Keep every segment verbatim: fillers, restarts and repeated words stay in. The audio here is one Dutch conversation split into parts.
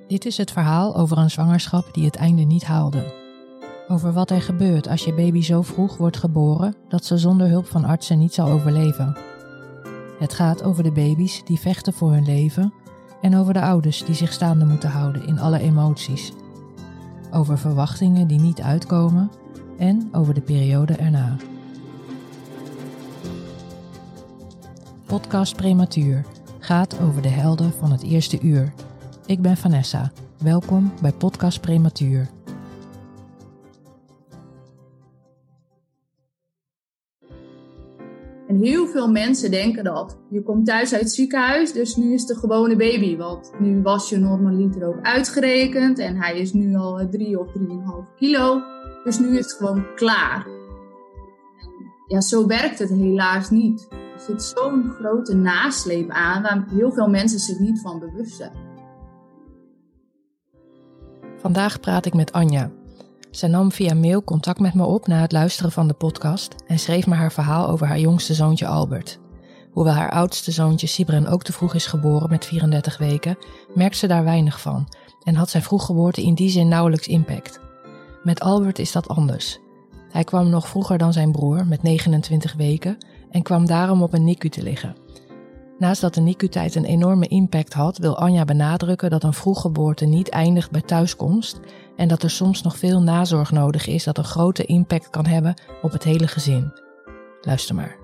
Dit is het verhaal over een zwangerschap die het einde niet haalde. Over wat er gebeurt als je baby zo vroeg wordt geboren dat ze zonder hulp van artsen niet zal overleven. Het gaat over de baby's die vechten voor hun leven en over de ouders die zich staande moeten houden in alle emoties. Over verwachtingen die niet uitkomen en over de periode erna. Podcast Prematuur gaat over de helden van het eerste uur. Ik ben Vanessa. Welkom bij Podcast Prematuur. En heel veel mensen denken dat. Je komt thuis uit het ziekenhuis, dus nu is het een gewone baby. Want nu was je normaliter ook uitgerekend en hij is nu al drie of drieënhalf kilo. Dus nu is het gewoon klaar. En ja, zo werkt het helaas niet. Er zit zo'n grote nasleep aan waar heel veel mensen zich niet van bewust zijn. Vandaag praat ik met Anja. Zij nam via mail contact met me op na het luisteren van de podcast en schreef me haar verhaal over haar jongste zoontje Albert. Hoewel haar oudste zoontje Sibren ook te vroeg is geboren met vierendertig weken, merkt ze daar weinig van en had zijn vroeggeboorte in die zin nauwelijks impact. Met Albert is dat anders. Hij kwam nog vroeger dan zijn broer met negenentwintig weken en kwam daarom op een N I C U te liggen. Naast dat de N I C U-tijd een enorme impact had, wil Anja benadrukken dat een vroeggeboorte niet eindigt bij thuiskomst en dat er soms nog veel nazorg nodig is dat een grote impact kan hebben op het hele gezin. Luister maar.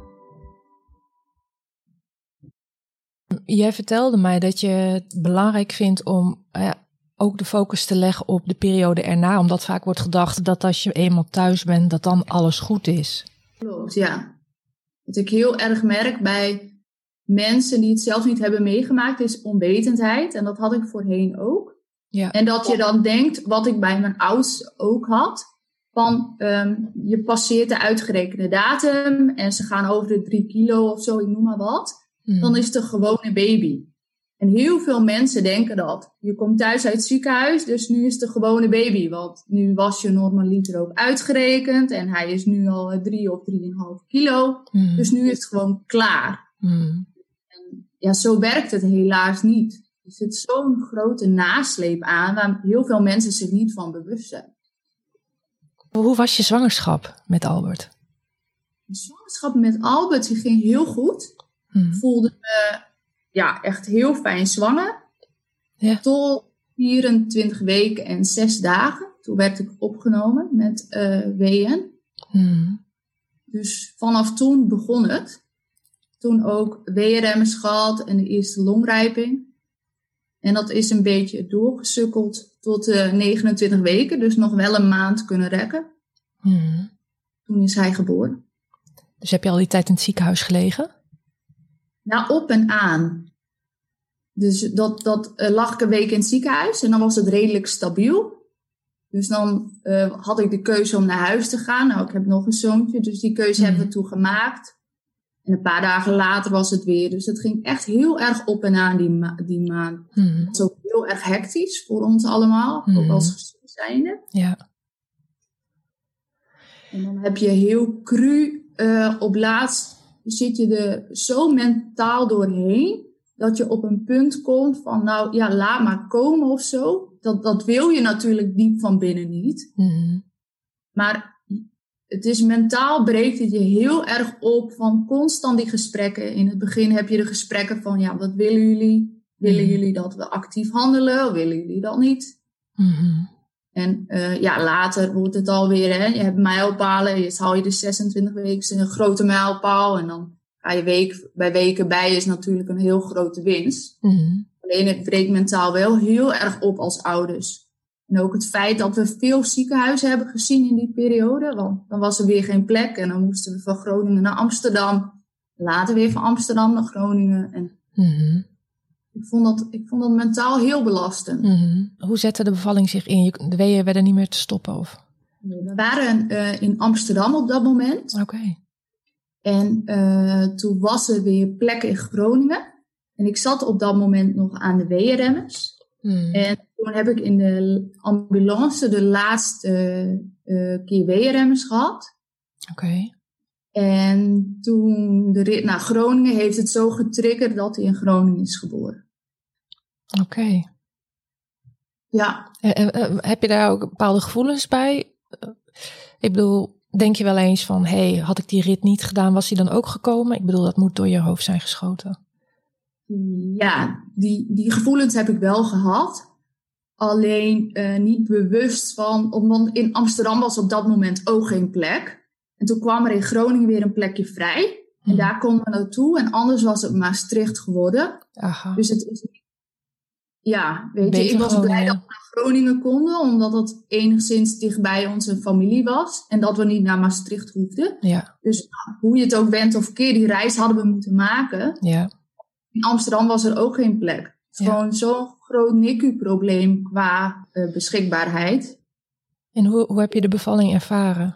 Jij vertelde mij dat je het belangrijk vindt om uh, ja, ook de focus te leggen op de periode erna, omdat vaak wordt gedacht dat als je eenmaal thuis bent, dat dan alles goed is. Klopt, ja. Wat ik heel erg merk bij mensen die het zelf niet hebben meegemaakt, is onwetendheid. En dat had ik voorheen ook. Ja. En dat je dan denkt, wat ik bij mijn oudste ook had, van um, je passeert de uitgerekende datum en ze gaan over de drie kilo of zo, ik noem maar wat. Hmm. Dan is het een gewone baby. En heel veel mensen denken dat. Je komt thuis uit het ziekenhuis, dus nu is het een gewone baby. Want nu was je normaliter ook uitgerekend en hij is nu al drie of drieënhalf kilo. Hmm. Dus nu is het gewoon klaar. Hmm. En ja, zo werkt het helaas niet. Er zit zo'n grote nasleep aan waar heel veel mensen zich niet van bewust zijn. Hoe was je zwangerschap met Albert? De zwangerschap met Albert die ging heel goed. Hmm. Ik voelde me ja, echt heel fijn zwanger. Ja. Tot vierentwintig weken en zes dagen. Toen werd ik opgenomen met uh, W N. Hmm. Dus vanaf toen begon het. Toen ook weeënremmers gehad en de eerste longrijping. En dat is een beetje doorgesukkeld tot uh, negenentwintig weken. Dus nog wel een maand kunnen rekken. Hmm. Toen is hij geboren. Dus heb je al die tijd in het ziekenhuis gelegen? Nou, op en aan. Dus dat, dat uh, lag ik een week in het ziekenhuis. En dan was het redelijk stabiel. Dus dan uh, had ik de keuze om naar huis te gaan. Nou, ik heb nog een zoontje. Dus die keuze hmm. hebben we toen gemaakt. En een paar dagen later was het weer. Dus het ging echt heel erg op en aan die, ma- die maand. Hmm. Het was ook heel erg hectisch voor ons allemaal. Hmm. Ook als gezin zijnde. Ja. En dan heb je heel cru uh, op laatst zit je er zo mentaal doorheen. Dat je op een punt komt van nou ja, laat maar komen of zo. Dat, dat wil je natuurlijk diep van binnen niet. Hmm. Maar het is mentaal breekt het je heel erg op van constant die gesprekken. In het begin heb je de gesprekken van ja, wat willen jullie? Willen mm-hmm. jullie dat we actief handelen? Of willen jullie dat niet? Mm-hmm. En uh, ja, later wordt het alweer, hè, je hebt mijlpalen. Je haal je de zesentwintig weken een grote mijlpaal. En dan ga je week bij weken bij is natuurlijk een heel grote winst. Mm-hmm. Alleen het breekt mentaal wel heel erg op als ouders. En ook het feit dat we veel ziekenhuizen hebben gezien in die periode. Want dan was er weer geen plek. En dan moesten we van Groningen naar Amsterdam. Later weer van Amsterdam naar Groningen. En mm-hmm. ik, vond dat, ik vond dat mentaal heel belastend. Mm-hmm. Hoe zette de bevalling zich in? De weeën werden niet meer te stoppen? Of? We waren uh, in Amsterdam op dat moment. Oké. Okay. En uh, toen was er weer plek in Groningen. En ik zat op dat moment nog aan de weeënremmers. Mm. En toen heb ik in de ambulance de laatste uh, keer weeënremmers gehad. Oké. Okay. En toen de rit naar Groningen heeft het zo getriggerd dat hij in Groningen is geboren. Oké. Okay. Ja. En, en, heb je daar ook bepaalde gevoelens bij? Ik bedoel, denk je wel eens van, hé, hey, had ik die rit niet gedaan, was hij dan ook gekomen? Ik bedoel, dat moet door je hoofd zijn geschoten. Ja, die, die gevoelens heb ik wel gehad. Alleen uh, niet bewust van, omdat in Amsterdam was op dat moment ook geen plek. En toen kwam er in Groningen weer een plekje vrij. En daar konden we naartoe. En anders was het Maastricht geworden. Aha. Dus het is... Ja, weet Beter je, ik was Groningen. blij dat we naar Groningen konden. Omdat het enigszins dichtbij onze familie was. En dat we niet naar Maastricht hoefden. Ja. Dus hoe je het ook bent of keer, die reis hadden we moeten maken. Ja. In Amsterdam was er ook geen plek. Het is Ja. gewoon zo'n groot N I C U-probleem qua uh, beschikbaarheid. En hoe, hoe heb je de bevalling ervaren?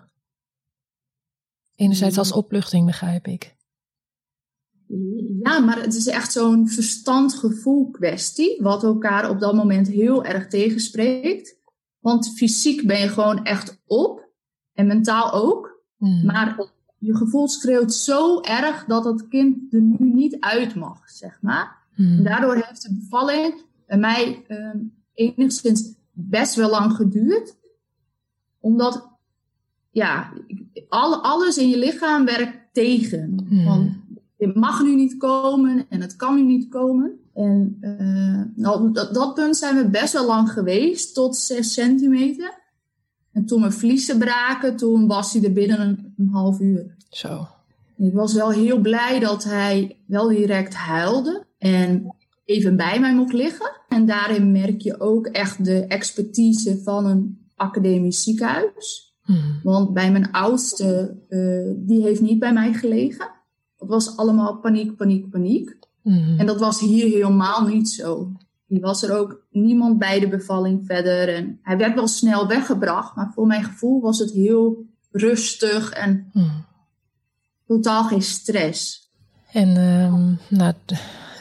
Enerzijds als opluchting, begrijp ik. Ja, maar het is echt zo'n verstand-gevoel kwestie, wat elkaar op dat moment heel erg tegenspreekt. Want fysiek ben je gewoon echt op, en mentaal ook. Hmm. Maar je gevoel schreeuwt zo erg dat het kind er nu niet uit mag, zeg maar. Hmm. En daardoor heeft de bevalling bij mij um, enigszins best wel lang geduurd. Omdat, ja, alle, alles in je lichaam werkt tegen. Hmm. Van, het mag nu niet komen en het kan nu niet komen. En uh, nou, dat, dat punt zijn we best wel lang geweest, tot zes centimeter. En toen mijn vliezen braken, toen was hij er binnen een, een half uur. Zo. En ik was wel heel blij dat hij wel direct huilde en even bij mij mocht liggen. En daarin merk je ook echt de expertise van een academisch ziekenhuis. Hmm. Want bij mijn oudste, uh, die heeft niet bij mij gelegen. Het was allemaal paniek, paniek, paniek. Hmm. En dat was hier helemaal niet zo. Die was er ook niemand bij de bevalling verder. En hij werd wel snel weggebracht, maar voor mijn gevoel was het heel rustig en Hmm. totaal geen stress. En um, nou, d-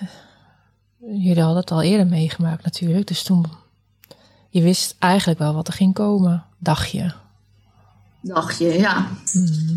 jullie hadden het al eerder meegemaakt natuurlijk. Dus toen, je wist eigenlijk wel wat er ging komen, dacht je. Dacht je, ja. Hmm.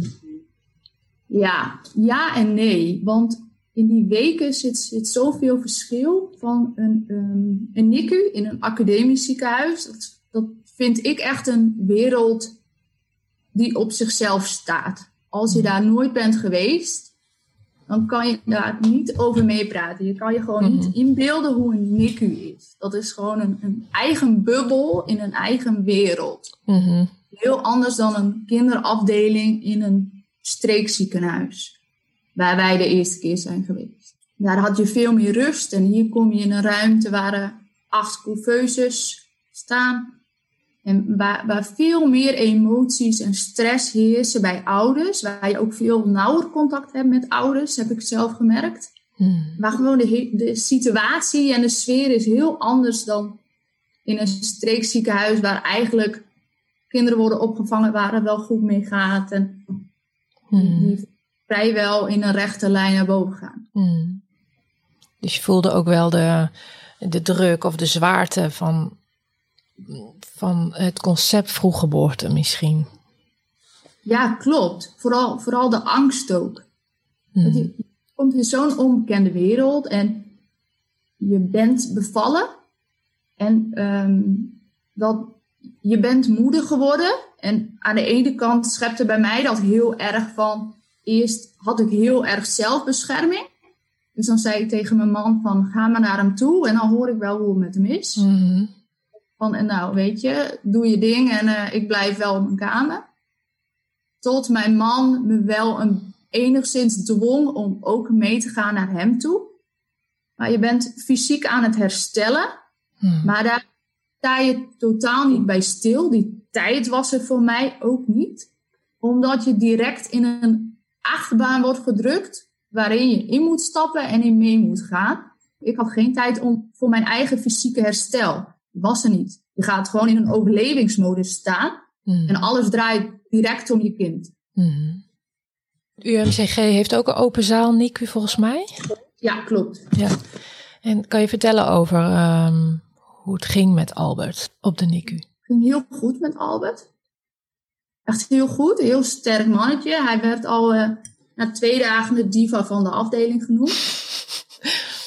Ja, ja en nee. Want in die weken zit, zit zoveel verschil van een, um, een N I C U in een academisch ziekenhuis. Dat, dat vind ik echt een wereld die op zichzelf staat. Als je daar nooit bent geweest, dan kan je daar niet over meepraten. Je kan je gewoon Mm-hmm. niet inbeelden hoe een N I C U is. Dat is gewoon een, een eigen bubbel in een eigen wereld. Mm-hmm. Heel anders dan een kinderafdeling in een streekziekenhuis. Waar wij de eerste keer zijn geweest. Daar had je veel meer rust. En hier kom je in een ruimte waar er acht couveuses staan. En waar, waar veel meer emoties en stress heersen bij ouders. Waar je ook veel nauwer contact hebt met ouders, heb ik zelf gemerkt. Hmm. Maar gewoon de, de situatie en de sfeer is heel anders dan in een streekziekenhuis. Waar eigenlijk kinderen worden opgevangen waar het wel goed mee gaat. En Hmm. die vrijwel in een rechte lijn naar boven gaan. Hmm. Dus je voelde ook wel de, de druk of de zwaarte van, van het concept vroeggeboorte misschien. Ja, klopt. Vooral, vooral de angst ook. Hmm. Want je, je komt in zo'n onbekende wereld en je bent bevallen. En um, dat, je bent moeder geworden. En aan de ene kant schepte bij mij dat heel erg van... Eerst had ik heel erg zelfbescherming. Dus dan zei ik tegen mijn man van, ga maar naar hem toe. En dan hoor ik wel hoe het met hem is. Mm-hmm. Van, en nou, weet je, doe je ding en uh, ik blijf wel op mijn kamer. Tot mijn man me wel een, enigszins dwong om ook mee te gaan naar hem toe. Maar je bent fysiek aan het herstellen. Mm. Maar daar sta je totaal niet bij stil. Die tijd was er voor mij ook niet. Omdat je direct in een achterbaan wordt gedrukt, waarin je in moet stappen en in mee moet gaan. Ik had geen tijd om, voor mijn eigen fysieke herstel. Die was er niet. Je gaat gewoon in een overlevingsmodus staan Mm. en alles draait direct om je kind. Mm. U M C G heeft ook een open zaal N I C U volgens mij. Ja, klopt. Ja. En kan je vertellen over um, hoe het ging met Albert op de N I C U? Het ging heel goed met Albert. Echt heel goed, een heel sterk mannetje. Hij werd al uh, na twee dagen de diva van de afdeling genoemd.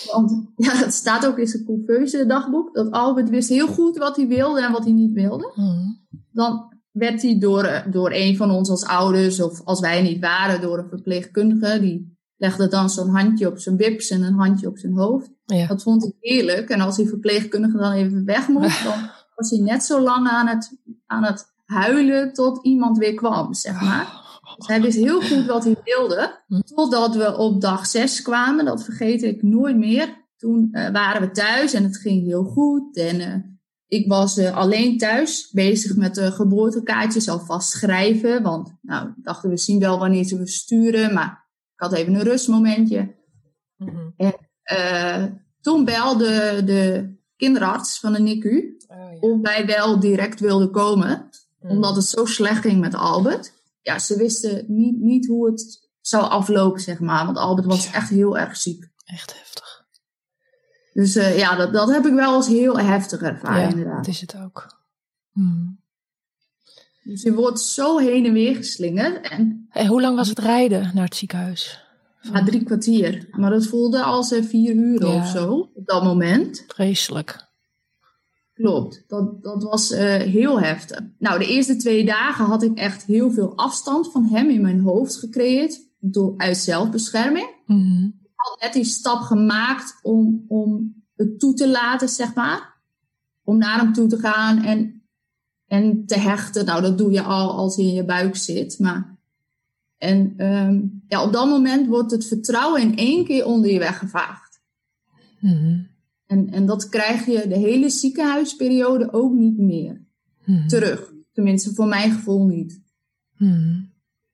Want ja, het staat ook in zijn couveuse dagboek. Dat Albert wist heel goed wat hij wilde en wat hij niet wilde. Mm. Dan werd hij door, door een van ons als ouders, of als wij niet waren, door een verpleegkundige. Die legde dan zo'n handje op zijn bips en een handje op zijn hoofd. Ja. Dat vond hij heerlijk. En als die verpleegkundige dan even weg moest, dan was hij net zo lang aan het, aan het huilen tot iemand weer kwam, zeg maar. Dus hij wist heel goed wat hij wilde. Totdat we op dag zes kwamen. Dat vergeet ik nooit meer. Toen uh, waren we thuis en het ging heel goed. En uh, ik was uh, alleen thuis. Bezig met de geboortekaartjes alvast schrijven. Want nou, dachten we zien wel wanneer ze we sturen. Maar ik had even een rustmomentje. Mm-hmm. En uh, toen belde de kinderarts van de N I C U. Oh, ja. Of wij wel direct wilden komen. Mm. Omdat het zo slecht ging met Albert. Ja, ze wisten niet, niet hoe het zou aflopen, zeg maar. Want Albert was ja. echt heel erg ziek. Echt heftig. Dus uh, ja, dat, dat heb ik wel als heel heftig ervaren, ja, inderdaad. Dat is het ook. Hmm. Dus je wordt zo heen en weer geslingerd. En, hey, hoe lang was het rijden naar het ziekenhuis? Van... Ja, drie kwartier. Maar dat voelde als uh, vier uur ja. of zo, op dat moment. Vreselijk. Klopt, dat, dat was uh, heel heftig. Nou, de eerste twee dagen had ik echt heel veel afstand van hem in mijn hoofd gecreëerd. Door, uit zelfbescherming. Mm-hmm. Ik had net die stap gemaakt om, om het toe te laten, zeg maar. Om naar hem toe te gaan en, en te hechten. Nou, dat doe je al als hij in je buik zit. Maar, en um, ja, op dat moment wordt het vertrouwen in één keer onder je weggevaagd. Mm-hmm. En, en dat krijg je de hele ziekenhuisperiode ook niet meer hmm. terug. Tenminste, voor mijn gevoel niet. Hmm.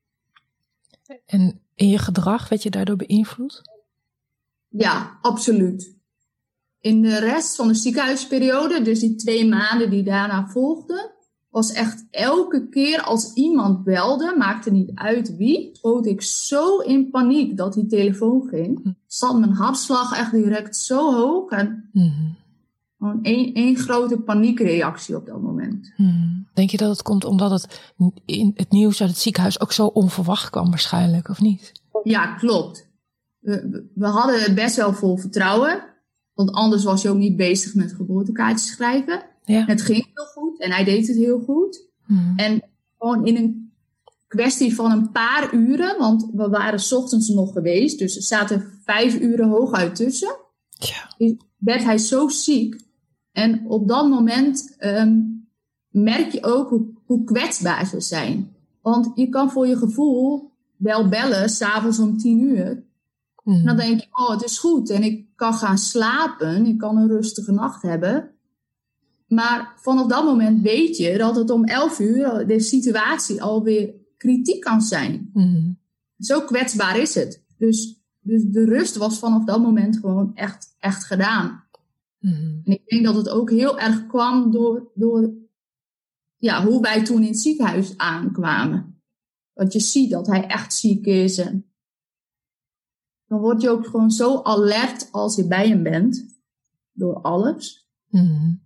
En in je gedrag werd je daardoor beïnvloed? Ja, absoluut. In de rest van de ziekenhuisperiode, dus die twee maanden die daarna volgden, was echt elke keer als iemand belde, maakte niet uit wie, schoot ik zo in paniek dat die telefoon ging. Hm. Zat mijn hartslag echt direct zo hoog. En mm-hmm. gewoon één, één grote paniekreactie op dat moment. Mm. Denk je dat het komt omdat het, in het nieuws uit het ziekenhuis ook zo onverwacht kwam waarschijnlijk, of niet? Ja, klopt. We, we hadden best wel vol vertrouwen. Want anders was je ook niet bezig met geboortekaartjes schrijven. Ja. Het ging heel goed en hij deed het heel goed. Mm. En gewoon in een kwestie van een paar uren, want we waren 's ochtends nog geweest, dus er zaten vijf uren hooguit tussen. Ja. Werd hij zo ziek. En op dat moment um, merk je ook hoe, hoe kwetsbaar ze zijn. Want je kan voor je gevoel wel bellen, 's avonds om tien uur. Mm. En dan denk je, oh, het is goed. En ik kan gaan slapen, ik kan een rustige nacht hebben. Maar vanaf dat moment weet je dat het om elf uur de situatie alweer kritiek kan zijn. Mm-hmm. Zo kwetsbaar is het. Dus, dus de rust was vanaf dat moment gewoon echt, echt gedaan. Mm-hmm. En ik denk dat het ook heel erg kwam door, door ja, hoe wij toen in het ziekenhuis aankwamen. Dat je ziet dat hij echt ziek is. En dan word je ook gewoon zo alert als je bij hem bent. Door alles. Mm-hmm.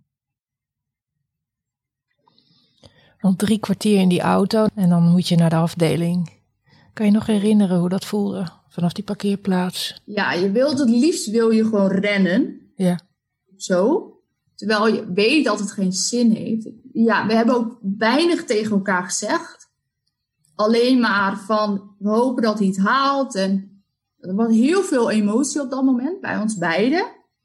Rond drie kwartier in die auto en dan moet je naar de afdeling. Kan je nog herinneren hoe dat voelde vanaf die parkeerplaats? Ja, je wilt het liefst wil je gewoon rennen. Ja. Zo. Terwijl je weet dat het geen zin heeft. Ja, we hebben ook weinig tegen elkaar gezegd. Alleen maar van, we hopen dat hij het haalt. En er was heel veel emotie op dat moment bij ons beiden.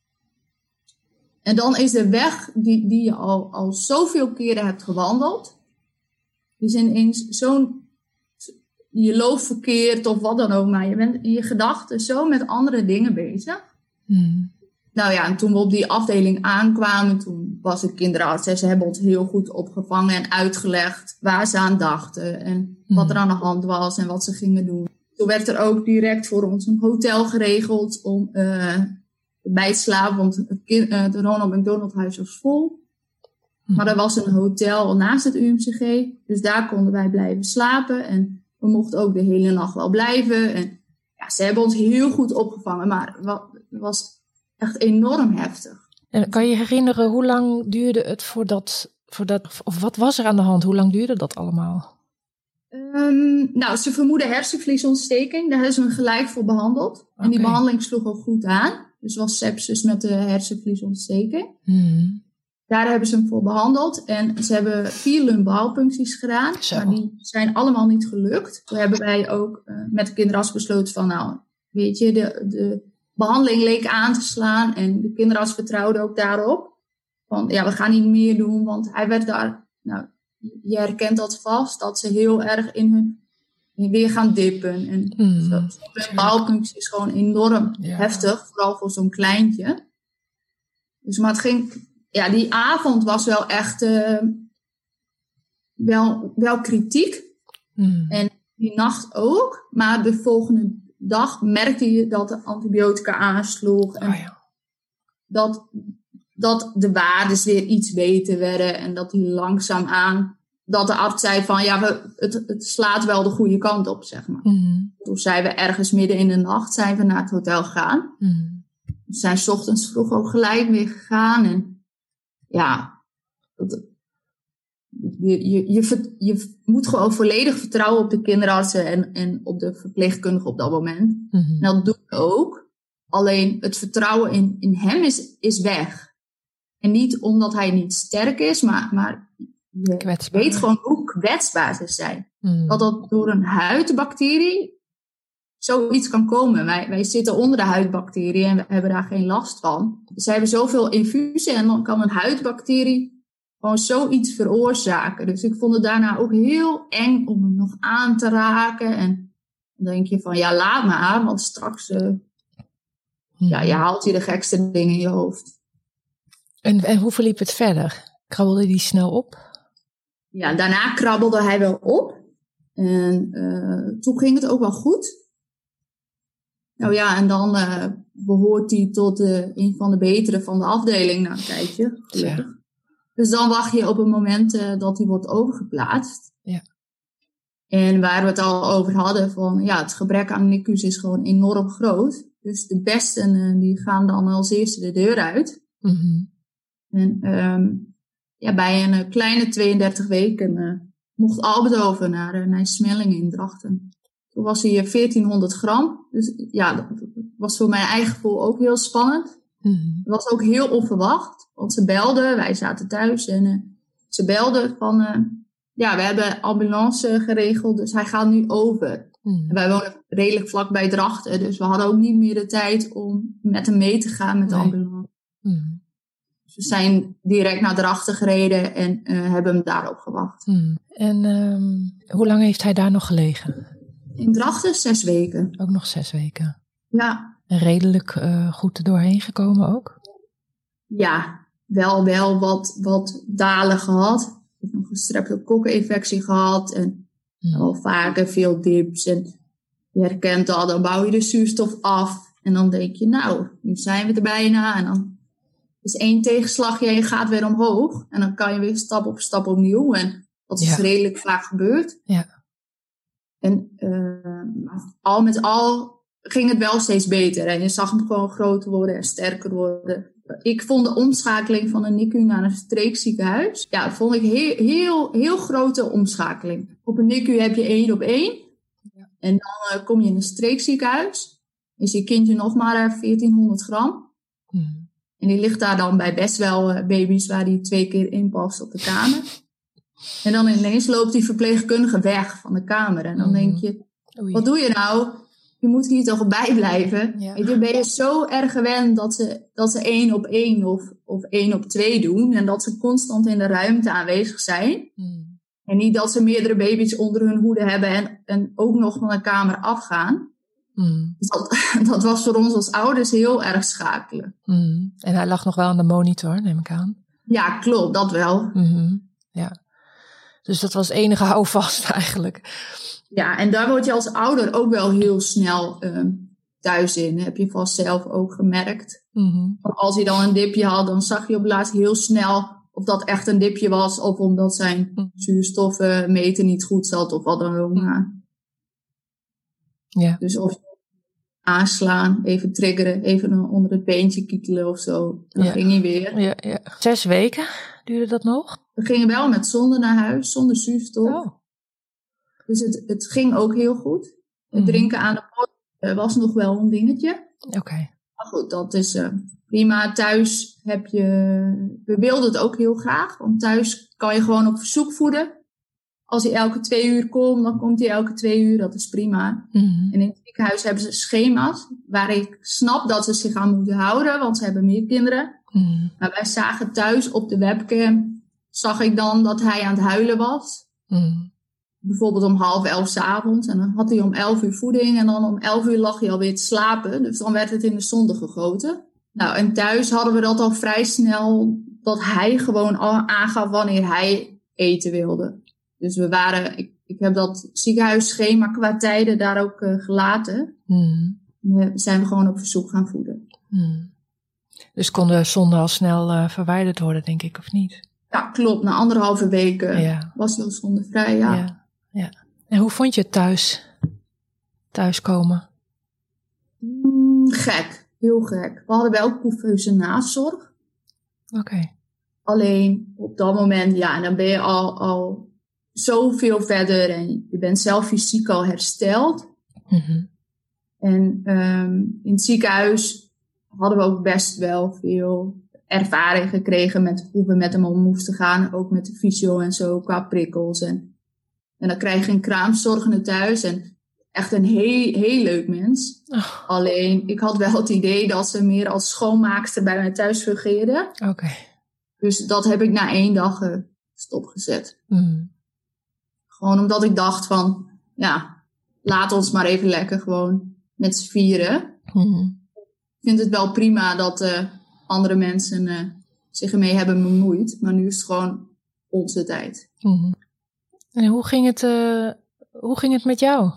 En dan is de weg die, die je al, al zoveel keren hebt gewandeld. Die is ineens zo'n, je loopt verkeerd of wat dan ook, maar je bent in je gedachten zo met andere dingen bezig. Hmm. Nou ja, en toen we op die afdeling aankwamen, toen was ik kinderarts en ze hebben ons heel goed opgevangen en uitgelegd waar ze aan dachten en hmm. wat er aan de hand was en wat ze gingen doen. Toen werd er ook direct voor ons een hotel geregeld om uh, bij te slapen, want het, kind, uh, het Ronald McDonald huis was vol. Maar er was een hotel naast het U M C G. Dus daar konden wij blijven slapen. En we mochten ook de hele nacht wel blijven. En ja, ze hebben ons heel goed opgevangen. Maar het was echt enorm heftig. En kan je herinneren, hoe lang duurde het voordat, voordat... Of wat was er aan de hand? Hoe lang duurde dat allemaal? Um, nou, ze vermoeden hersenvliesontsteking. Daar hebben ze me gelijk voor behandeld. Okay. En die behandeling sloeg ook goed aan. Dus was sepsis met de hersenvliesontsteking. Mm. Daar hebben ze hem voor behandeld. En ze hebben vier lumbaalpuncties gedaan. Zo. Maar die zijn allemaal niet gelukt. Toen hebben wij ook uh, met de kinderarts besloten van... nou, weet je, de, de behandeling leek aan te slaan. En de kinderarts vertrouwde ook daarop. Van, ja, we gaan niet meer doen. Want hij werd daar... Nou, je herkent dat vast. Dat ze heel erg in hun... weer gaan dippen. En Mm. zo'n lumbaalpunctie is gewoon enorm Ja. heftig. Vooral voor zo'n kleintje. Dus maar het ging... Ja, die avond was wel echt uh, wel, wel kritiek. Mm. En die nacht ook. Maar de volgende dag merkte je dat de antibiotica aansloeg. En Oh, ja. dat, dat de waardes weer iets beter werden. En dat die langzaamaan... Dat de arts zei van... Ja, we, het, het slaat wel de goede kant op, zeg maar. Mm. Toen zijn we ergens midden in de nacht zijn we naar het hotel gegaan. Mm. We zijn 's ochtends vroeg ook gelijk weer gegaan. En ja, dat, je, je, je, je moet gewoon volledig vertrouwen op de kinderartsen en, en op de verpleegkundigen op dat moment. Mm. En dat doe ik ook. Alleen het vertrouwen in, in hem is, is weg. En niet omdat hij niet sterk is, maar, maar je Kwetsbaar. weet gewoon hoe kwetsbaar ze zijn. Mm. Dat dat door een huidbacterie zoiets kan komen. Wij, wij zitten onder de huidbacterie en we hebben daar geen last van. Ze hebben zoveel infusie en dan kan een huidbacterie gewoon zoiets veroorzaken. Dus ik vond het daarna ook heel eng om hem nog aan te raken. En dan denk je van, ja, laat maar, want straks uh, Mm. ja, je haalt je de gekste dingen in je hoofd. En, en hoe verliep het verder? Krabbelde die snel op? Ja, daarna krabbelde hij wel op. En uh, toen ging het ook wel goed. Nou ja, en dan uh, behoort hij tot uh, een van de betere van de afdeling na een tijdje. Gelukkig. Ja. Dus dan wacht je op het moment uh, dat hij wordt overgeplaatst. Ja. En waar we het al over hadden, van ja, het gebrek aan N I C U's is gewoon enorm groot. Dus de besten uh, die gaan dan als eerste de deur uit. Mm-hmm. En um, ja, bij een uh, kleine tweeëndertig weken uh, mocht Albert over naar, uh, naar Smellingen in Drachten. Toen was hij veertienhonderd gram. Dus ja, dat was voor mijn eigen gevoel ook heel spannend. Mm-hmm. Het was ook heel onverwacht. Want ze belden, wij zaten thuis en uh, ze belden van... Uh, ja, we hebben ambulance geregeld, dus hij gaat nu over. Mm-hmm. En wij wonen redelijk vlak bij Drachten. Dus we hadden ook niet meer de tijd om met hem mee te gaan met de Nee. ambulance. Mm-hmm. Dus we zijn direct naar Drachten gereden en uh, hebben hem daarop gewacht. Mm. En um, hoe lang heeft hij daar nog gelegen? In Drachten zes weken. Ook nog zes weken. Ja, En redelijk uh, goed er doorheen gekomen ook? ja wel, wel wat, wat dalen gehad. Ik heb nog een streptokokkeninfectie gehad. En Mm. wel vaker veel dips. En je herkent al, dan bouw je de zuurstof af. En dan denk je, nou, nu zijn we er bijna. En dan is één tegenslagje en je gaat weer omhoog. En dan kan je weer stap op stap opnieuw. En dat is Ja. redelijk vaak gebeurd. Ja. En uh, al met al ging het wel steeds beter. En je zag hem gewoon groter worden en sterker worden. Ik vond de omschakeling van een N I C U naar een streekziekenhuis... Ja, vond ik heel, heel, heel grote omschakeling. Op een N I C U heb je één op één. Ja. En dan uh, kom je in een streekziekenhuis. Is je kindje nog maar uh, veertienhonderd gram. Mm. En die ligt daar dan bij best wel uh, baby's waar die twee keer in past op de kamer. En dan ineens loopt die verpleegkundige weg van de kamer. En dan Mm. denk je, Oei. wat doe je nou? Je moet hier toch bij blijven. Ja. Weet je, ben je zo erg gewend dat ze, dat ze één op één of, of één op twee doen. En dat ze constant in de ruimte aanwezig zijn. Mm. En niet dat ze meerdere baby's onder hun hoede hebben en, en ook nog van de kamer afgaan. Mm. Dus dat, dat was voor ons als ouders heel erg schakelen. Mm. En hij lag nog wel aan de monitor, neem ik aan. Ja, klopt, dat wel. Mm-hmm. Ja. Dus dat was enige houvast eigenlijk. Ja, en daar word je als ouder ook wel heel snel uh, thuis in. Heb je vast zelf ook gemerkt. Mm-hmm. Als hij dan een dipje had, dan zag je op laatst heel snel of dat echt een dipje was. Of omdat zijn Mm. zuurstoffenmeter niet goed zat of wat dan ook. Maar. Ja. Dus of aanslaan, even triggeren, even onder het beentje kietelen of zo. Dan Ja. ging hij weer. Ja, ja. Zes weken duurde dat nog? We gingen wel met zonde naar huis, zonder zuurstof. Oh. Dus het, het ging ook heel goed. Het Mhm. drinken aan de pot uh, was nog wel een dingetje. Oké. Okay. Maar goed, dat is uh, prima. Thuis heb je... We wilden het ook heel graag. Want thuis kan je gewoon op verzoek voeden. Als hij elke twee uur komt, dan komt hij elke twee uur. Dat is prima. Mm-hmm. En in het ziekenhuis hebben ze schema's. Waar ik snap dat ze zich aan moeten houden. Want ze hebben meer kinderen. Mm-hmm. Maar wij zagen thuis op de webcam... Zag ik dan dat hij aan het huilen was. Mm-hmm. Bijvoorbeeld om half elf 's avonds. En dan had hij om elf uur voeding. En dan om elf uur lag hij alweer te slapen. Dus dan werd het in de zonde gegoten. Nou, en thuis hadden we dat al vrij snel. Dat hij gewoon al aangaf wanneer hij eten wilde. Dus we waren... Ik, ik heb dat ziekenhuisschema qua tijden daar ook uh, gelaten. Mm. We zijn we gewoon op verzoek gaan voeden. Mm. Dus kon de zonde al snel uh, verwijderd worden, denk ik, of niet? Ja, klopt. Na anderhalve weken ja. was hij al zondevrij, ja. ja. Ja. En hoe vond je het thuis? Thuiskomen? Mm, gek. Heel gek. We hadden wel couveuse nazorg. Oké. Okay. Alleen op dat moment, ja, en dan ben je al, al zoveel verder. En je bent zelf fysiek al hersteld. Mm-hmm. En um, in het ziekenhuis hadden we ook best wel veel ervaring gekregen met hoe we met hem om moesten gaan. Ook met de fysio en zo, qua prikkels. En, en dan krijg je een kraamzorgende thuis. En echt een heel, heel leuk mens. Oh. Alleen, ik had wel het idee dat ze meer als schoonmaakster bij mij thuis fungeerde. Oké. Okay. Dus dat heb ik na één dag uh, stopgezet. Mm. Gewoon omdat ik dacht van, ja, laat ons maar even lekker gewoon met z'n vieren. Mm. Ik vind het wel prima dat uh, andere mensen uh, zich ermee hebben bemoeid. Maar nu is het gewoon onze tijd. Mm. En hoe ging het, uh, hoe ging het met jou?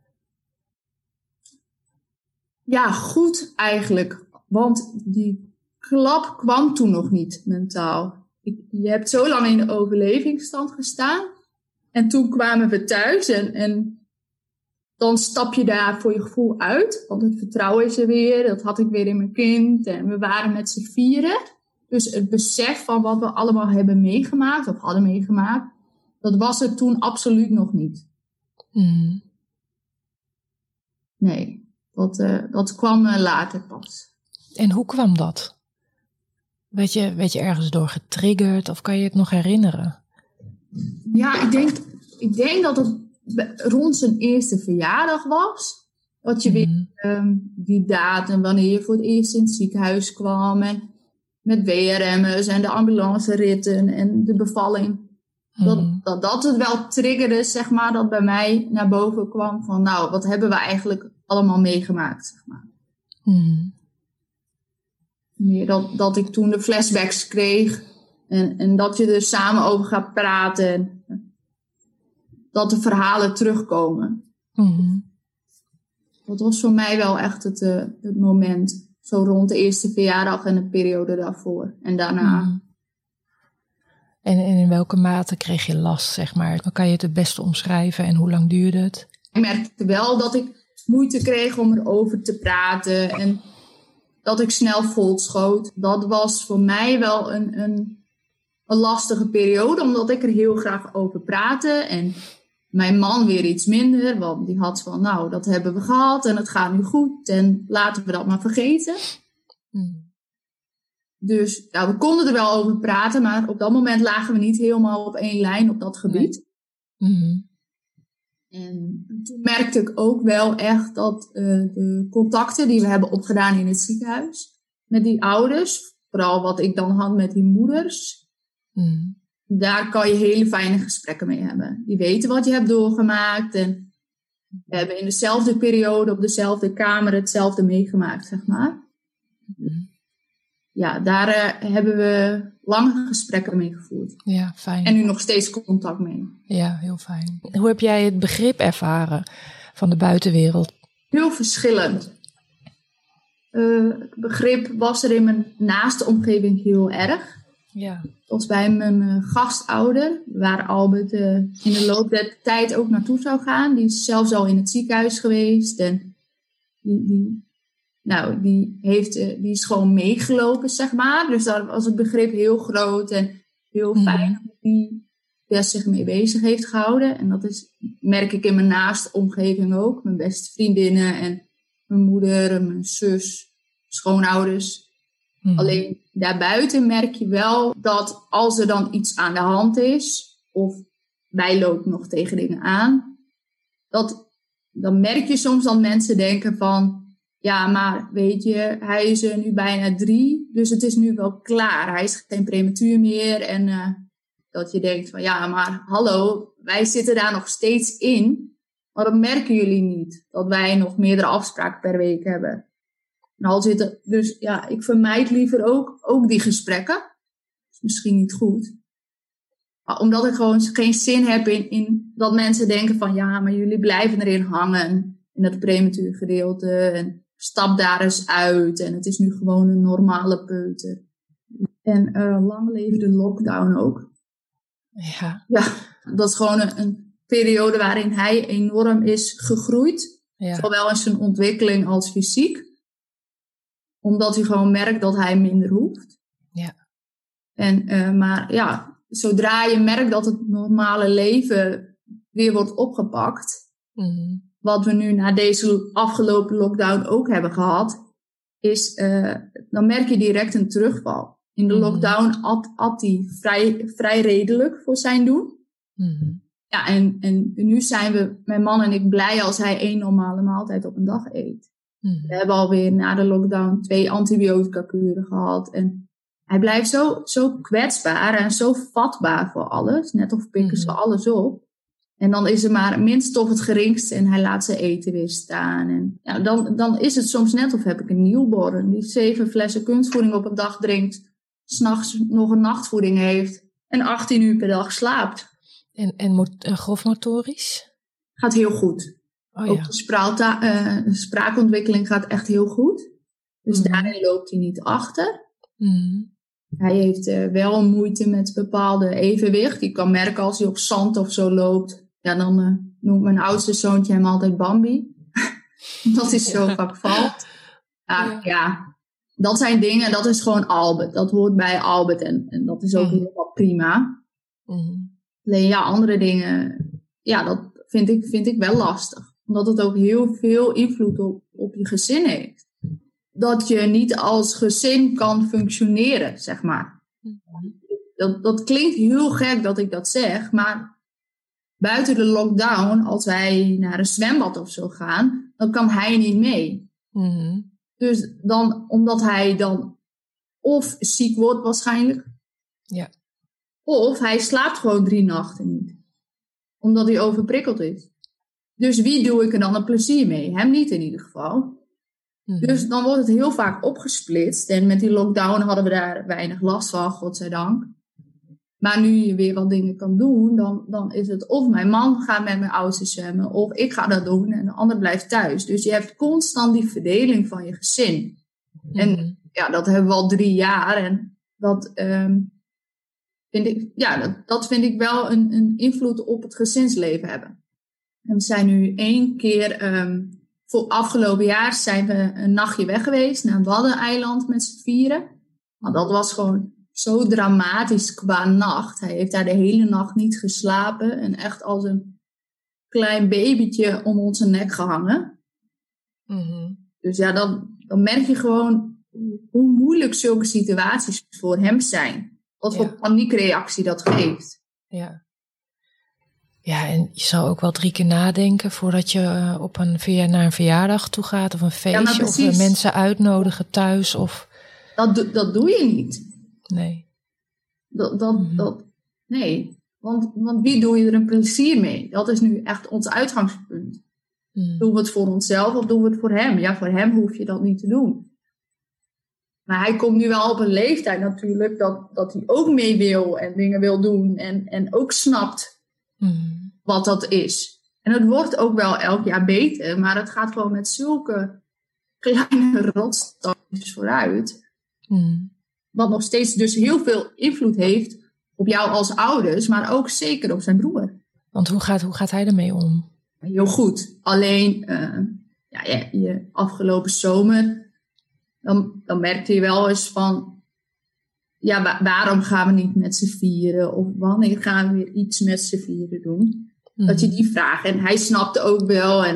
Ja, goed eigenlijk. Want die klap kwam toen nog niet mentaal. Ik, je hebt zo lang in de overlevingsstand gestaan. En toen kwamen we thuis. En, en dan stap je daar voor je gevoel uit. Want het vertrouwen is er weer. Dat had ik weer in mijn kind. En we waren met z'n vieren. Dus het besef van wat we allemaal hebben meegemaakt. Of hadden meegemaakt. Dat was er toen absoluut nog niet. Mm. Nee. Dat, uh, dat kwam uh, later pas. En hoe kwam dat? Werd je, werd je ergens door getriggerd of kan je het nog herinneren? Ja, ik denk, ik denk dat het rond zijn eerste verjaardag was. Dat je mm. weer um, die datum, wanneer je voor het eerst in het ziekenhuis kwam. En met W R M's en de ambulanceritten en de bevalling. Mm. Dat, dat dat het wel triggerde, zeg maar, dat bij mij naar boven kwam van, nou, wat hebben we eigenlijk allemaal meegemaakt, zeg maar. Mm. Meer dat, dat ik toen de flashbacks kreeg en, en dat je er samen over gaat praten en dat de verhalen terugkomen. Mm. Dat was voor mij wel echt het, uh, het moment, zo rond de eerste verjaardag en de periode daarvoor en daarna. Mm. En, en in welke mate kreeg je last, zeg maar? Dan kan je het het beste omschrijven en hoe lang duurde het? Ik merkte wel dat ik moeite kreeg om erover te praten en dat ik snel volschoot. Dat was voor mij wel een, een, een lastige periode, omdat ik er heel graag over praatte. En mijn man weer iets minder, want die had van, nou, dat hebben we gehad en het gaat nu goed en laten we dat maar vergeten. Hmm. Dus ja, we konden er wel over praten, maar op dat moment lagen we niet helemaal op één lijn op dat gebied. Nee. Mm-hmm. En toen merkte ik ook wel echt dat uh, de contacten die we hebben opgedaan in het ziekenhuis, met die ouders, vooral wat ik dan had met die moeders, mm. daar kan je hele fijne gesprekken mee hebben. Die weten wat je hebt doorgemaakt en we hebben in dezelfde periode op dezelfde kamer hetzelfde meegemaakt, zeg maar. Mm. Ja, daar uh, hebben we lange gesprekken mee gevoerd. Ja, fijn. En nu nog steeds contact mee. Ja, heel fijn. Hoe heb jij het begrip ervaren van de buitenwereld? Heel verschillend. Uh, het begrip was er in mijn naaste omgeving heel erg. Ja. Zoals bij mijn uh, gastouder, waar Albert uh, in de loop der tijd ook naartoe zou gaan. Die is zelfs al in het ziekenhuis geweest. En die... die Nou, die, heeft, uh, die is gewoon meegelopen, zeg maar. Dus daar was het begrip heel groot en heel fijn mm. dat die daar zich mee bezig heeft gehouden. En dat is, merk ik in mijn naaste omgeving ook. Mijn beste vriendinnen en mijn moeder en mijn zus. schoonouders. Mm-hmm. Alleen daarbuiten merk je wel dat als er dan iets aan de hand is, of wij lopen nog tegen dingen aan, dat, dan merk je soms dat mensen denken van, ja, maar weet je, hij is er nu bijna drie, dus het is nu wel klaar. Hij is geen prematuur meer. En uh, dat je denkt van, ja, maar hallo, wij zitten daar nog steeds in. Maar dat merken jullie niet, dat wij nog meerdere afspraken per week hebben. Nou, zitten, dus ja, ik vermijd liever ook, ook die gesprekken. Dat is misschien niet goed. Maar omdat ik gewoon geen zin heb in, in dat mensen denken van, ja, maar jullie blijven erin hangen. In dat prematuur gedeelte. En stap daar eens uit. En het is nu gewoon een normale peuter. En uh, lang leven de lockdown ook. Ja. Ja, dat is gewoon een, een periode waarin hij enorm is gegroeid. Ja. Zowel in zijn ontwikkeling als fysiek. Omdat hij gewoon merkt dat hij minder hoeft. Ja. En, uh, maar ja, zodra je merkt dat het normale leven weer wordt opgepakt. Mm-hmm. Wat we nu na deze afgelopen lockdown ook hebben gehad. Is, uh, dan merk je direct een terugval. In de Mm-hmm. lockdown at, at hij vrij, vrij redelijk voor zijn doen. Mm-hmm. Ja, en, en nu zijn we, mijn man en ik, blij als hij één normale maaltijd op een dag eet. Mm-hmm. We hebben alweer na de lockdown twee antibiotica-kuren gehad. En hij blijft zo, zo kwetsbaar en zo vatbaar voor alles. Net of pikken mm-hmm. ze alles op. En dan is er maar minstens of het geringste en hij laat zijn eten weer staan. En ja, dan, dan is het soms net of heb ik een newborn die zeven flessen kunstvoeding op een dag drinkt. 's Nachts nog een nachtvoeding heeft en achttien uur per dag slaapt. En, en moet, uh, grofmotorisch? Gaat heel goed. Oh, Ook ja. de spraalta- uh, spraakontwikkeling gaat echt heel goed. Dus Mm-hmm. daarin loopt hij niet achter. Mm-hmm. Hij heeft uh, wel moeite met bepaalde evenwicht. Je kan merken als hij op zand of zo loopt. Ja, dan uh, noemt mijn oudste zoontje hem altijd Bambi. Omdat hij zo Ja. vaak valt. Uh, Ja. ja, dat zijn dingen. Dat is gewoon Albert. Dat hoort bij Albert. En, en dat is ook Mm-hmm. helemaal prima. Mm-hmm. Alleen ja, andere dingen. Ja, dat vind ik, vind ik wel lastig. Omdat het ook heel veel invloed op, op je gezin heeft. Dat je niet als gezin kan functioneren, zeg maar. Dat, dat klinkt heel gek dat ik dat zeg, maar buiten de lockdown, als wij naar een zwembad of zo gaan, dan kan hij niet mee. Mm-hmm. Dus dan, omdat hij dan of ziek wordt waarschijnlijk, Ja. of hij slaapt gewoon drie nachten niet. Omdat hij overprikkeld is. Dus wie doe ik er dan een plezier mee? Hem niet in ieder geval. Mm-hmm. Dus dan wordt het heel vaak opgesplitst. En met die lockdown hadden we daar weinig last van, godzijdank. Maar nu je weer wat dingen kan doen, dan, dan is het of mijn man gaat met mijn oudste zwemmen, of ik ga dat doen en de ander blijft thuis. Dus je hebt constant die verdeling van je gezin. Mm-hmm. En ja, dat hebben we al drie jaar. En dat, um, vind, ik, ja, dat, dat vind ik wel een, een invloed op het gezinsleven hebben. En we zijn nu één keer... Um, Voor afgelopen jaar zijn we een nachtje weg geweest naar Waddeneiland met z'n vieren. Maar dat was gewoon zo dramatisch qua nacht. Hij heeft daar de hele nacht niet geslapen. En echt als een klein babytje om onze nek gehangen. Mm-hmm. Dus ja, dan, dan merk je gewoon hoe moeilijk zulke situaties voor hem zijn. Wat voor Ja. paniekreactie dat geeft. Ja. Ja, en je zou ook wel drie keer nadenken voordat je uh, op een verja- naar een verjaardag toe gaat of een feestje Ja, of uh, mensen uitnodigen thuis of... Dat, do- dat doe je niet. Nee. Dat, dat, Mm-hmm. dat, nee, want, want wie doe je er een plezier mee? Dat is nu echt ons uitgangspunt. Mm. Doen we het voor onszelf of doen we het voor hem? Ja, voor hem hoef je dat niet te doen. Maar hij komt nu wel op een leeftijd natuurlijk dat, dat hij ook mee wil en dingen wil doen en, en ook snapt Mm. wat dat is. En het wordt ook wel elk jaar beter, maar het gaat gewoon met zulke kleine rotstapjes vooruit. Mm. Wat nog steeds dus heel veel invloed heeft op jou als ouders, maar ook zeker op zijn broer. Want hoe gaat, hoe gaat hij ermee om? Heel goed. Alleen, uh, ja, je, je afgelopen zomer, dan, dan merkte je wel eens van, ja, wa- waarom gaan we niet met z'n vieren? Of wanneer gaan we weer iets met z'n vieren doen? Mm. Dat je die vraagt. En hij snapte ook wel. En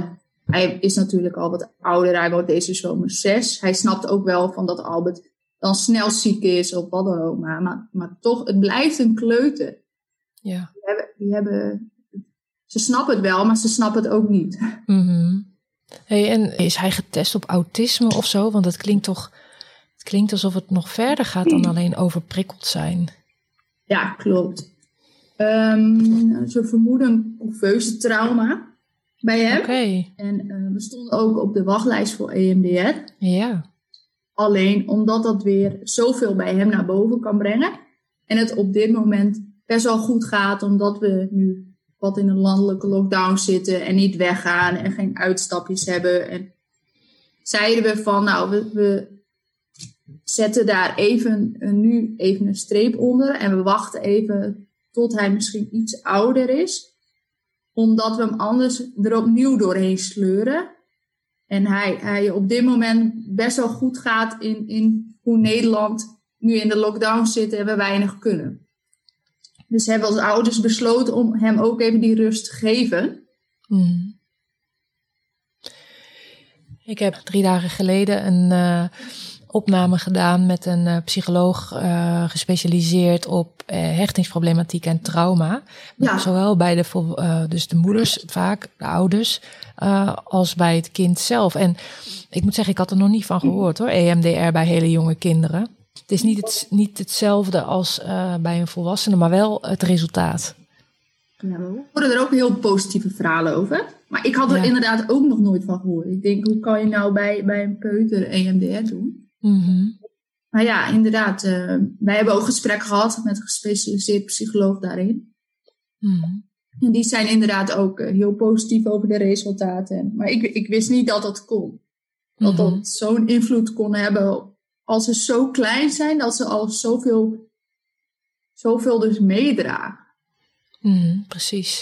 hij is natuurlijk al wat ouder. Hij wordt deze zomer zes. Hij snapt ook wel van dat Albert dan snel ziek is of wat dan ook. Maar, maar, maar toch, het blijft een kleuter. Ja. Die hebben, die hebben, ze snappen het wel, maar ze snappen het ook niet. Mm-hmm. Hey, en is hij getest op autisme of zo? Want het klinkt toch, het klinkt alsof het nog verder gaat dan alleen overprikkeld zijn. Ja, klopt. Um, ze vermoeden een couveuse trauma bij hem. Okay. En uh, we stonden ook op de wachtlijst voor E M D R. Ja. Alleen omdat dat weer zoveel bij hem naar boven kan brengen. En het op dit moment best wel goed gaat, omdat we nu wat in een landelijke lockdown zitten en niet weggaan en geen uitstapjes hebben. En zeiden we van, nou, we, we zetten daar even uh, nu even een streep onder en we wachten even tot hij misschien iets ouder is. Omdat we hem anders er opnieuw doorheen sleuren. En hij, hij op dit moment best wel goed gaat in, in hoe Nederland nu in de lockdown zit en we weinig kunnen. Dus hebben we als ouders besloten om hem ook even die rust te geven. Hmm. Ik heb drie dagen geleden een uh, opname gedaan met een uh, psycholoog uh, gespecialiseerd op uh, hechtingsproblematiek en trauma. Ja. Zowel bij de, uh, dus de moeders vaak, de ouders, uh, als bij het kind zelf. En ik moet zeggen, ik had er nog niet van gehoord hoor, E M D R bij hele jonge kinderen. Het is niet, het, niet hetzelfde als uh, bij een volwassene, maar wel het resultaat. Ja, we horen er ook heel positieve verhalen over. Maar ik had er ja. inderdaad ook nog nooit van gehoord. Ik denk, hoe kan je nou bij, bij een peuter E M D R doen? Mm-hmm. Maar ja, inderdaad. Uh, wij hebben ook gesprek gehad met een gespecialiseerd psycholoog daarin. Mm-hmm. En die zijn inderdaad ook uh, heel positief over de resultaten. Maar ik, ik wist niet dat dat kon. Dat Mm-hmm. dat zo'n invloed kon hebben als ze zo klein zijn, dat ze al zoveel, zoveel dus meedragen. Mm, precies.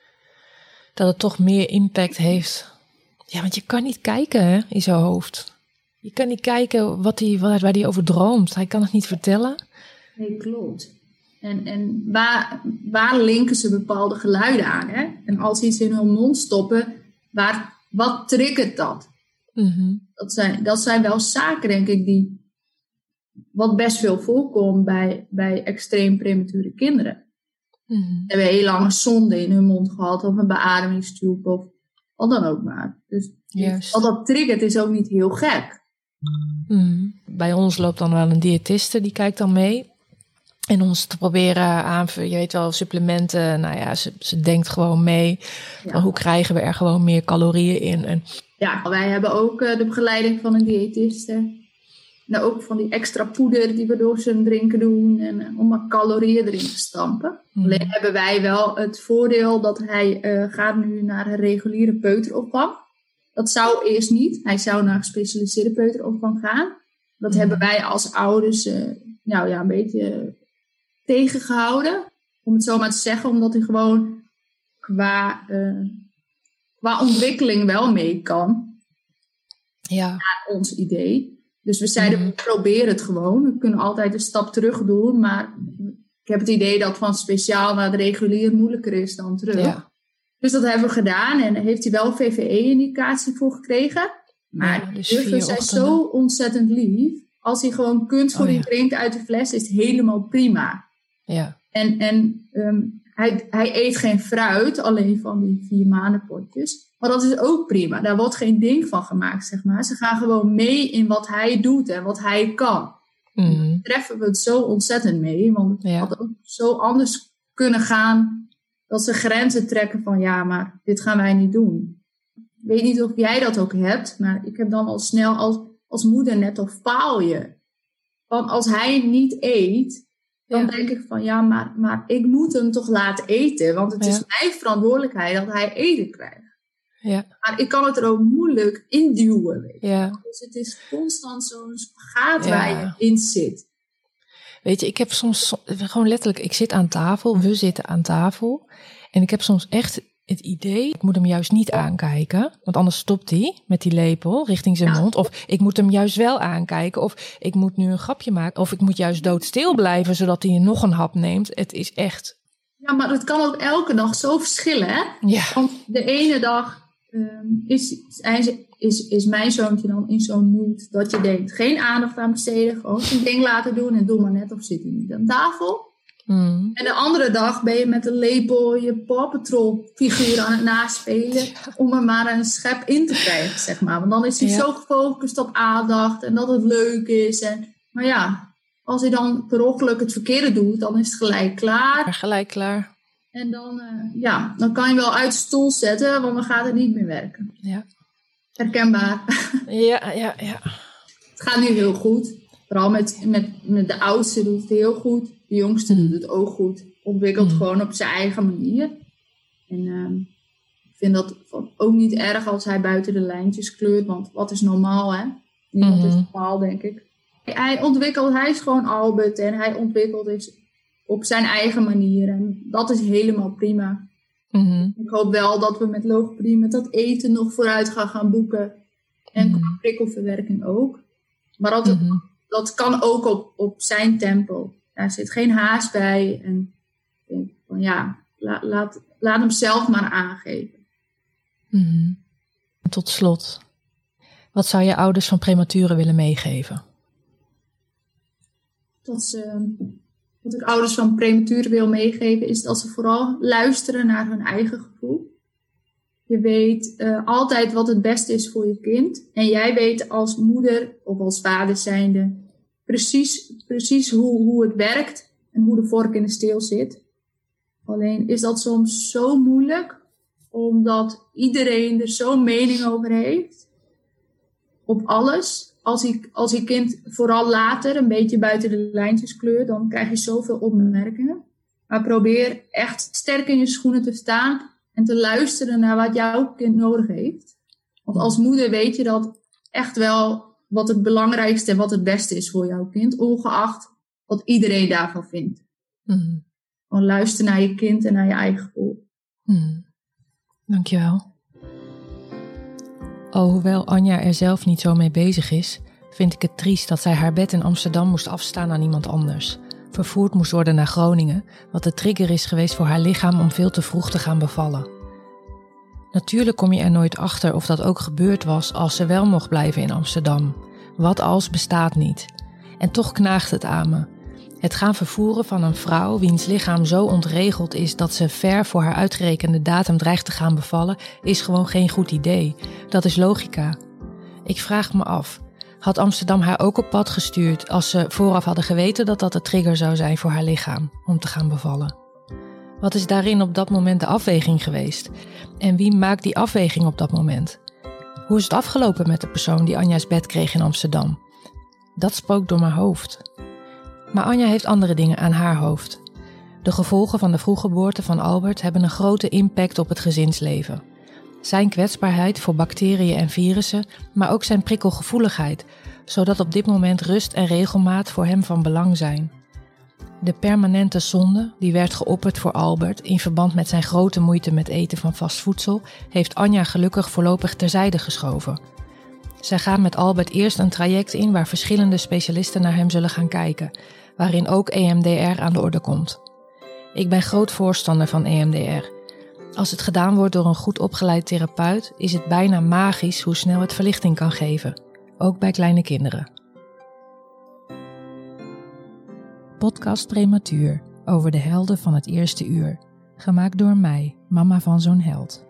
Dat het toch meer impact heeft. Ja, want je kan niet kijken hè, in zijn hoofd. Je kan niet kijken wat hij, waar hij over droomt. Hij kan het niet vertellen. Nee, klopt. En, en waar, waar linken ze bepaalde geluiden aan? Hè? En als ze iets in hun mond stoppen, waar, wat triggert dat? Mm-hmm. Dat zijn, dat zijn wel zaken, denk ik, die wat best veel voorkomt bij, bij extreem premature kinderen. Mm-hmm. Ze hebben heel lang een zonde in hun mond gehad, of een beademingstube, of wat dan ook maar. Dus Juist. wat dat triggert is ook niet heel gek. Mm. Bij ons loopt dan wel een diëtiste, die kijkt dan mee. En ons te proberen aanvullen, je weet wel, supplementen. Nou ja, ze, ze denkt gewoon mee. Ja. Maar hoe krijgen we er gewoon meer calorieën in? En ja, wij hebben ook uh, de begeleiding van een diëtiste. En ook van die extra poeder die we door zijn drinken doen. En uh, om maar calorieën erin te stampen. Mm. Alleen hebben wij wel het voordeel dat hij uh, gaat nu naar een reguliere peuteropvang. Dat zou eerst niet. Hij zou naar een gespecialiseerde peuteropvang gaan. Dat mm. hebben wij als ouders uh, nou ja, een beetje tegengehouden. Om het zo maar te zeggen. Omdat hij gewoon qua, uh, qua ontwikkeling wel mee kan. Ja. Naar ons idee. Dus we zeiden, mm. we proberen het gewoon. We kunnen altijd een stap terug doen. Maar ik heb het idee dat van speciaal naar de regulier moeilijker is dan terug. Ja. Dus dat hebben we gedaan. En daar heeft hij wel V V E-indicatie voor gekregen. Maar ja, dus de juffen zijn zo ontzettend lief. Als hij gewoon kunstvoeding oh, ja. drinkt uit de fles, is het helemaal prima. Ja. En, en um, hij, hij eet geen fruit, alleen van die vier maanden potjes. Maar dat is ook prima. Daar wordt geen ding van gemaakt, zeg maar. Ze gaan gewoon mee in wat hij doet en wat hij kan. Mm-hmm. Daar treffen we het zo ontzettend mee. Want het ja. had ook zo anders kunnen gaan. Dat ze grenzen trekken van, ja, maar dit gaan wij niet doen. Ik weet niet of jij dat ook hebt. Maar ik heb dan al snel als, als moeder net of faal je. Want als hij niet eet, dan ja. denk ik van, ja, maar, maar ik moet hem toch laten eten. Want het ja. is mijn verantwoordelijkheid dat hij eten krijgt. Ja. Maar ik kan het er ook moeilijk induwen. Weet je. Ja. Dus het is constant zo'n spagaat ja. waar je in zit. Weet je, ik heb soms gewoon letterlijk, ik zit aan tafel, we zitten aan tafel. En ik heb soms echt het idee, ik moet hem juist niet aankijken. Want anders stopt hij met die lepel richting zijn ja. mond. Of ik moet hem juist wel aankijken. Of ik moet nu een grapje maken. Of ik moet juist doodstil blijven, zodat hij nog een hap neemt. Het is echt... Ja, maar het kan ook elke dag zo verschillen, hè? Ja. Want de ene dag um, is, is, is mijn zoontje dan in zo'n mood dat je denkt, geen aandacht aan besteden, gewoon zijn ding laten doen en doe maar net of zit hij niet aan tafel. Mm. En de andere dag ben je met een lepel je Paw Patrol figuur aan het naspelen om er maar een schep in te krijgen, zeg maar. Want dan is hij ja. zo gefocust op aandacht en dat het leuk is. En, maar ja, als hij dan per ongeluk het verkeerde doet, dan is het gelijk klaar. Ja, gelijk klaar. En dan, uh, ja, dan kan je wel uit de stoel zetten, want dan gaat het niet meer werken. Ja. Herkenbaar. Ja, ja, ja. Het gaat nu heel goed. Vooral met, met, met de oudste doet het heel goed. De jongste doet het ook goed. Ontwikkelt mm. gewoon op zijn eigen manier. En uh, ik vind dat ook niet erg als hij buiten de lijntjes kleurt. Want wat is normaal, hè? Niemand mm-hmm. is normaal, denk ik. Hij ontwikkelt, hij is gewoon Albert. En hij ontwikkelt is op zijn eigen manier. En dat is helemaal prima. Mm-hmm. Ik hoop wel dat we met logopedie, met dat eten nog vooruit gaan gaan boeken. En mm-hmm. prikkelverwerking ook. Maar dat, mm-hmm. dat kan ook op, op zijn tempo. Daar zit geen haast bij. En ik denk van ja, la, laat, laat hem zelf maar aangeven. Mm-hmm. Tot slot, wat zou je ouders van prematuren willen meegeven? Dat ze, wat ik ouders van prematuren wil meegeven is dat ze vooral luisteren naar hun eigen gevoel. Je weet uh, altijd wat het beste is voor je kind. En jij weet als moeder of als vader zijnde precies, precies hoe, hoe het werkt en hoe de vork in de steel zit. Alleen is dat soms zo moeilijk, omdat iedereen er zo'n mening over heeft. Op alles. Als je, als je kind vooral later een beetje buiten de lijntjes kleurt, dan krijg je zoveel opmerkingen. Maar probeer echt sterk in je schoenen te staan en te luisteren naar wat jouw kind nodig heeft. Want als moeder weet je dat echt wel wat het belangrijkste en wat het beste is voor jouw kind, ongeacht wat iedereen daarvan vindt. Mm. Gewoon luister naar je kind en naar je eigen gevoel. Mm. Dankjewel. Alhoewel Anja er zelf niet zo mee bezig is, vind ik het triest dat zij haar bed in Amsterdam moest afstaan aan iemand anders. Vervoerd moest worden naar Groningen, wat de trigger is geweest voor haar lichaam om veel te vroeg te gaan bevallen. Natuurlijk kom je er nooit achter of dat ook gebeurd was als ze wel mocht blijven in Amsterdam. Wat als bestaat niet. En toch knaagt het aan me. Het gaan vervoeren van een vrouw wiens lichaam zo ontregeld is dat ze ver voor haar uitgerekende datum dreigt te gaan bevallen, is gewoon geen goed idee. Dat is logica. Ik vraag me af, had Amsterdam haar ook op pad gestuurd als ze vooraf hadden geweten dat dat de trigger zou zijn voor haar lichaam om te gaan bevallen? Wat is daarin op dat moment de afweging geweest? En wie maakt die afweging op dat moment? Hoe is het afgelopen met de persoon die Anja's bed kreeg in Amsterdam? Dat spookt door mijn hoofd. Maar Anja heeft andere dingen aan haar hoofd. De gevolgen van de vroeggeboorte van Albert hebben een grote impact op het gezinsleven. Zijn kwetsbaarheid voor bacteriën en virussen, maar ook zijn prikkelgevoeligheid, zodat op dit moment rust en regelmaat voor hem van belang zijn. De permanente zonde, die werd geopperd voor Albert in verband met zijn grote moeite met eten van vast voedsel, heeft Anja gelukkig voorlopig terzijde geschoven. Zij gaan met Albert eerst een traject in waar verschillende specialisten naar hem zullen gaan kijken, waarin ook E M D R aan de orde komt. Ik ben groot voorstander van E M D R. Als het gedaan wordt door een goed opgeleid therapeut, is het bijna magisch hoe snel het verlichting kan geven, ook bij kleine kinderen. Podcast Prematuur over de helden van het eerste uur. Gemaakt door mij, mama van zo'n held.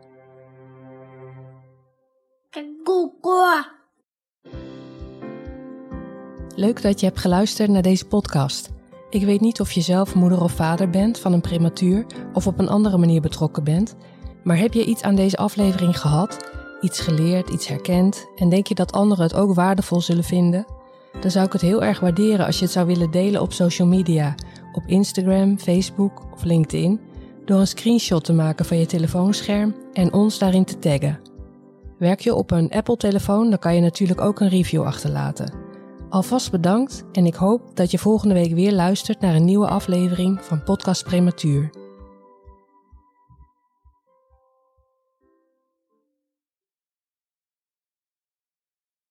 Leuk dat je hebt geluisterd naar deze podcast. Ik weet niet of je zelf moeder of vader bent van een prematuur of op een andere manier betrokken bent, maar heb je iets aan deze aflevering gehad, iets geleerd, iets herkend en denk je dat anderen het ook waardevol zullen vinden? Dan zou ik het heel erg waarderen als je het zou willen delen op social media, op Instagram, Facebook of LinkedIn, door een screenshot te maken van je telefoonscherm en ons daarin te taggen. Werk je op een Apple-telefoon, dan kan je natuurlijk ook een review achterlaten. Alvast bedankt en ik hoop dat je volgende week weer luistert naar een nieuwe aflevering van Podcast Prematuur.